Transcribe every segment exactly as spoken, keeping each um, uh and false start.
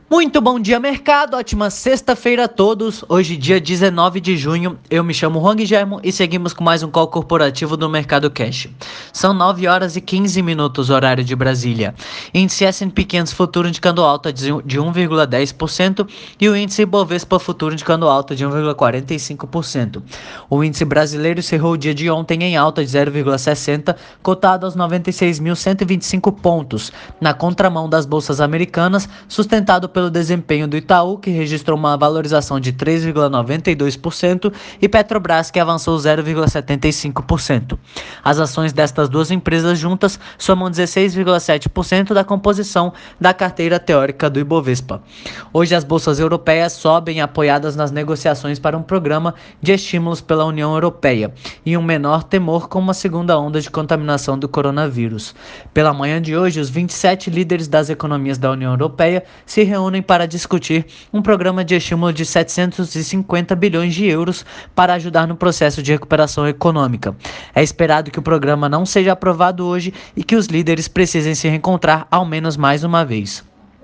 Muito bom dia, mercado. Ótima sexta-feira a todos. Hoje, dia dezenove de junho, eu me chamo Juan Guilhermo e seguimos com mais um call corporativo do Mercado Cash. São nove horas e quinze minutos, horário de Brasília. Índice S and P quinhentos futuro indicando alta de um vírgula dez por cento e o índice Bovespa futuro indicando alta de um vírgula quarenta e cinco por cento. O índice brasileiro encerrou o dia de ontem em alta de zero vírgula sessenta, cotado aos noventa e seis mil cento e vinte e cinco pontos, na contramão das bolsas americanas, sustentado pelo pelo desempenho do Itaú, que registrou uma valorização de três vírgula noventa e dois por cento, e Petrobras, que avançou zero vírgula setenta e cinco por cento. As ações destas duas empresas juntas somam dezesseis vírgula sete por cento da composição da carteira teórica do Ibovespa. Hoje as bolsas europeias sobem apoiadas nas negociações para um programa de estímulos pela União Europeia e um menor temor com uma segunda onda de contaminação do coronavírus. Pela manhã de hoje, os vinte e sete líderes das economias da União Europeia se reúnem para discutir um programa de estímulo de setecentos e cinquenta bilhões de euros para ajudar no processo de recuperação econômica. É esperado que o programa não seja aprovado hoje e que os líderes precisem se reencontrar ao menos mais uma vez.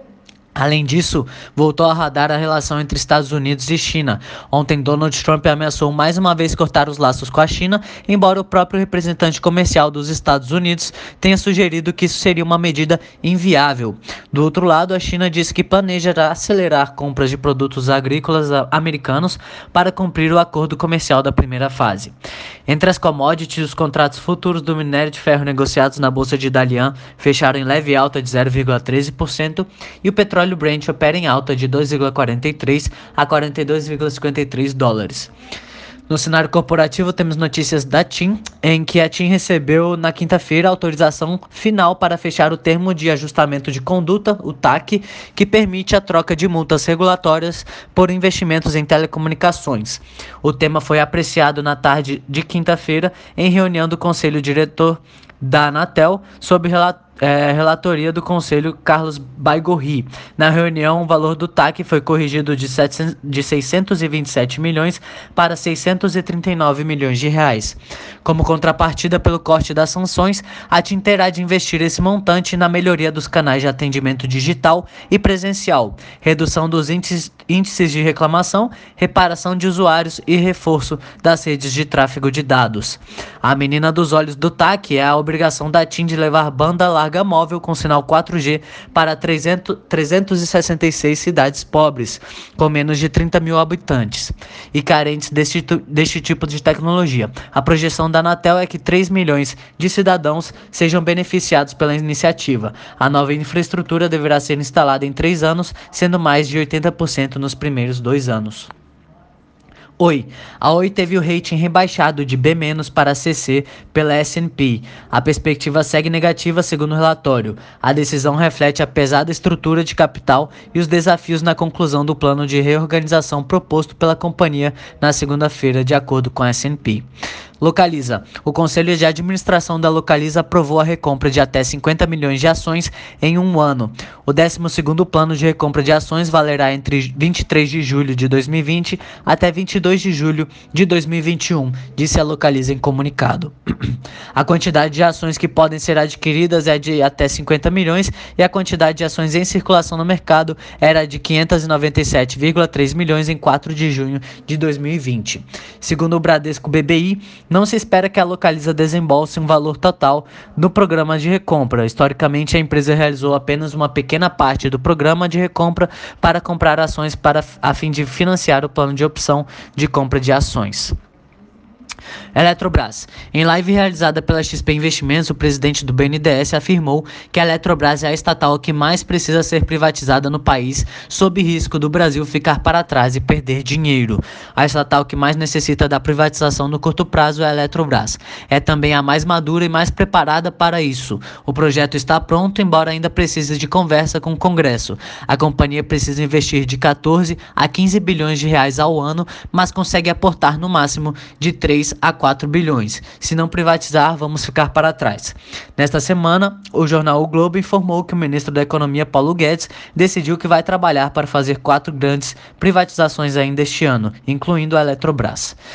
Além disso, voltou a radar a relação entre Estados Unidos e China. Ontem, Donald Trump ameaçou mais uma vez cortar os laços com a China, embora o próprio representante comercial dos Estados Unidos tenha sugerido que isso seria uma medida inviável. Do outro lado, a China disse que planeja acelerar compras de produtos agrícolas americanos para cumprir o acordo comercial da primeira fase. Entre as commodities, os contratos futuros do minério de ferro negociados na bolsa de Dalian fecharam em leve alta de zero vírgula treze por cento e o petróleo O Brent opera em alta de dois vírgula quarenta e três a quarenta e dois vírgula cinquenta e três dólares. No cenário corporativo, temos notícias da TIM, em que a TIM recebeu na quinta-feira a autorização final para fechar o termo de ajustamento de conduta, o T A C, que permite a troca de multas regulatórias por investimentos em telecomunicações. O tema foi apreciado na tarde de quinta-feira em reunião do Conselho Diretor da Anatel, sob relatório É, relatoria do Conselho Carlos Baigorri. Na reunião, o valor do T A C foi corrigido de, setecentos, de seiscentos e vinte e sete milhões para seiscentos e trinta e nove milhões de reais. Como contrapartida pelo corte das sanções, a TIM terá de investir esse montante na melhoria dos canais de atendimento digital e presencial, redução dos índices, índices de reclamação, reparação de usuários e reforço das redes de tráfego de dados. A menina dos olhos do T A C é a obrigação da TIM de levar banda larga larga móvel com sinal quatro G para trezentas e sessenta e seis cidades pobres, com menos de trinta mil habitantes, e carentes deste, deste tipo de tecnologia. A projeção da Anatel é que três milhões de cidadãos sejam beneficiados pela iniciativa. A nova infraestrutura deverá ser instalada em três anos, sendo mais de oitenta por cento nos primeiros dois anos. Oi, a Oi teve o rating rebaixado de B menos para C C pela S and P. A perspectiva segue negativa segundo o relatório. A decisão reflete a pesada estrutura de capital e os desafios na conclusão do plano de reorganização proposto pela companhia na segunda-feira, de acordo com a S and P. Localiza. O Conselho de Administração da Localiza aprovou a recompra de até cinquenta milhões de ações em um ano. O décimo segundo plano de recompra de ações valerá entre vinte e três de julho de dois mil e vinte até vinte e dois de julho de dois mil e vinte e um, disse a Localiza em comunicado. A quantidade de ações que podem ser adquiridas é de até cinquenta milhões e a quantidade de ações em circulação no mercado era de quinhentos e noventa e sete vírgula três milhões em quatro de junho de dois mil e vinte. Segundo o Bradesco B B I, não se espera que a Localiza desembolse um valor total no programa de recompra. Historicamente, a empresa realizou apenas uma pequena parte do programa de recompra para comprar ações para, a fim de financiar o plano de opção de compra de ações. Eletrobras. Em live realizada pela X P Investimentos, o presidente do B N D E S afirmou que a Eletrobras é a estatal que mais precisa ser privatizada no país, sob risco do Brasil ficar para trás e perder dinheiro. A estatal que mais necessita da privatização no curto prazo é a Eletrobras. É também a mais madura e mais preparada para isso. O projeto está pronto, embora ainda precise de conversa com o Congresso. A companhia precisa investir de quatorze a quinze bilhões de reais ao ano, mas consegue aportar no máximo de três a quatro bilhões. Se não privatizar, vamos ficar para trás. Nesta semana, o jornal O Globo informou que o ministro da Economia, Paulo Guedes, decidiu que vai trabalhar para fazer quatro grandes privatizações ainda este ano, incluindo a Eletrobras.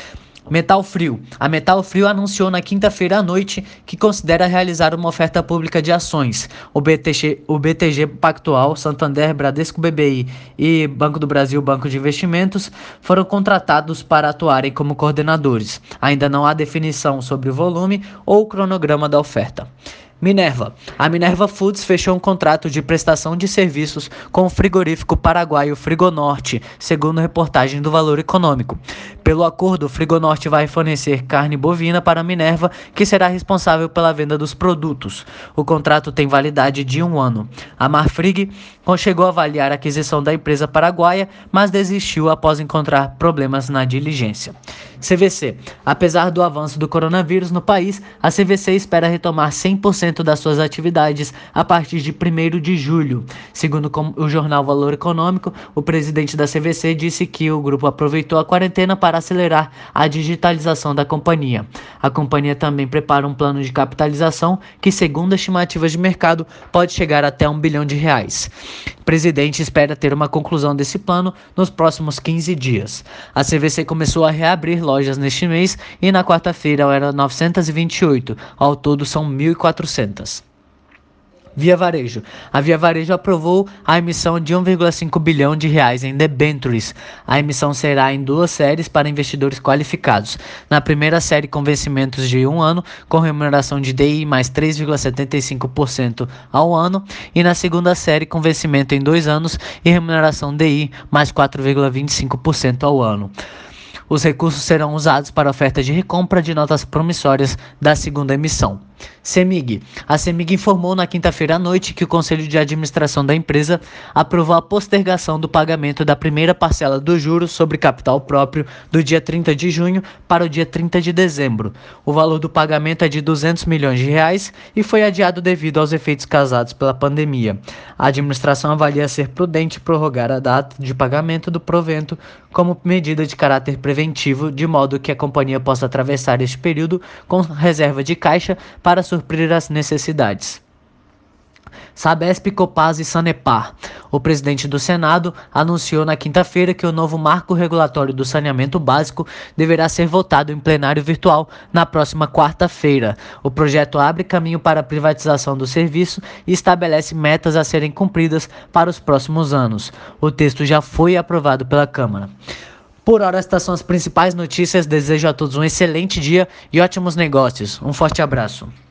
Metal Frio. A Metal Frio anunciou na quinta-feira à noite que considera realizar uma oferta pública de ações. O B T G, o B T G Pactual, Santander, Bradesco B B I e Banco do Brasil, Banco de Investimentos, foram contratados para atuarem como coordenadores. Ainda não há definição sobre o volume ou o cronograma da oferta. Minerva. A Minerva Foods fechou um contrato de prestação de serviços com o frigorífico paraguaio Frigonorte, segundo reportagem do Valor Econômico. Pelo acordo, o Frigonorte vai fornecer carne bovina para a Minerva, que será responsável pela venda dos produtos. O contrato tem validade de um ano. A Marfrig chegou a avaliar a aquisição da empresa paraguaia, mas desistiu após encontrar problemas na diligência. C V C. Apesar do avanço do coronavírus no país, a C V C espera retomar cem por cento das suas atividades a partir de primeiro de julho. Segundo o jornal Valor Econômico, o presidente da C V C disse que o grupo aproveitou a quarentena para acelerar a digitalização da companhia. A companhia também prepara um plano de capitalização que, segundo estimativas de mercado, pode chegar até um bilhão de reais. O presidente espera ter uma conclusão desse plano nos próximos quinze dias. A C V C começou a reabrir lojas neste mês e na quarta-feira eram novecentas e vinte e oito, ao todo são mil e quatrocentas. Via Varejo. A Via Varejo aprovou a emissão de um vírgula cinco bilhão de reais em debêntures. A emissão será em duas séries para investidores qualificados. Na primeira série com vencimentos de um ano, com remuneração de D I mais três vírgula setenta e cinco por cento ao ano, e na segunda série com vencimento em dois anos e remuneração D I mais quatro vírgula vinte e cinco por cento ao ano. Os recursos serão usados para a oferta de recompra de notas promissórias da segunda emissão. CEMIG. A CEMIG informou na quinta-feira à noite que o Conselho de Administração da empresa aprovou a postergação do pagamento da primeira parcela dos juros sobre capital próprio do dia trinta de junho para o dia trinta de dezembro. O valor do pagamento é de duzentos milhões de reais e foi adiado devido aos efeitos causados pela pandemia. A administração avalia ser prudente prorrogar a data de pagamento do provento como medida de caráter preventivo, de modo que a companhia possa atravessar este período com reserva de caixa para suprir as necessidades. Sabesp, Copasa e Sanepar. O presidente do Senado anunciou na quinta-feira que o novo marco regulatório do saneamento básico deverá ser votado em plenário virtual na próxima quarta-feira. O projeto abre caminho para a privatização do serviço e estabelece metas a serem cumpridas para os próximos anos. O texto já foi aprovado pela Câmara. Por hora, estas são as principais notícias. Desejo a todos um excelente dia e ótimos negócios. Um forte abraço.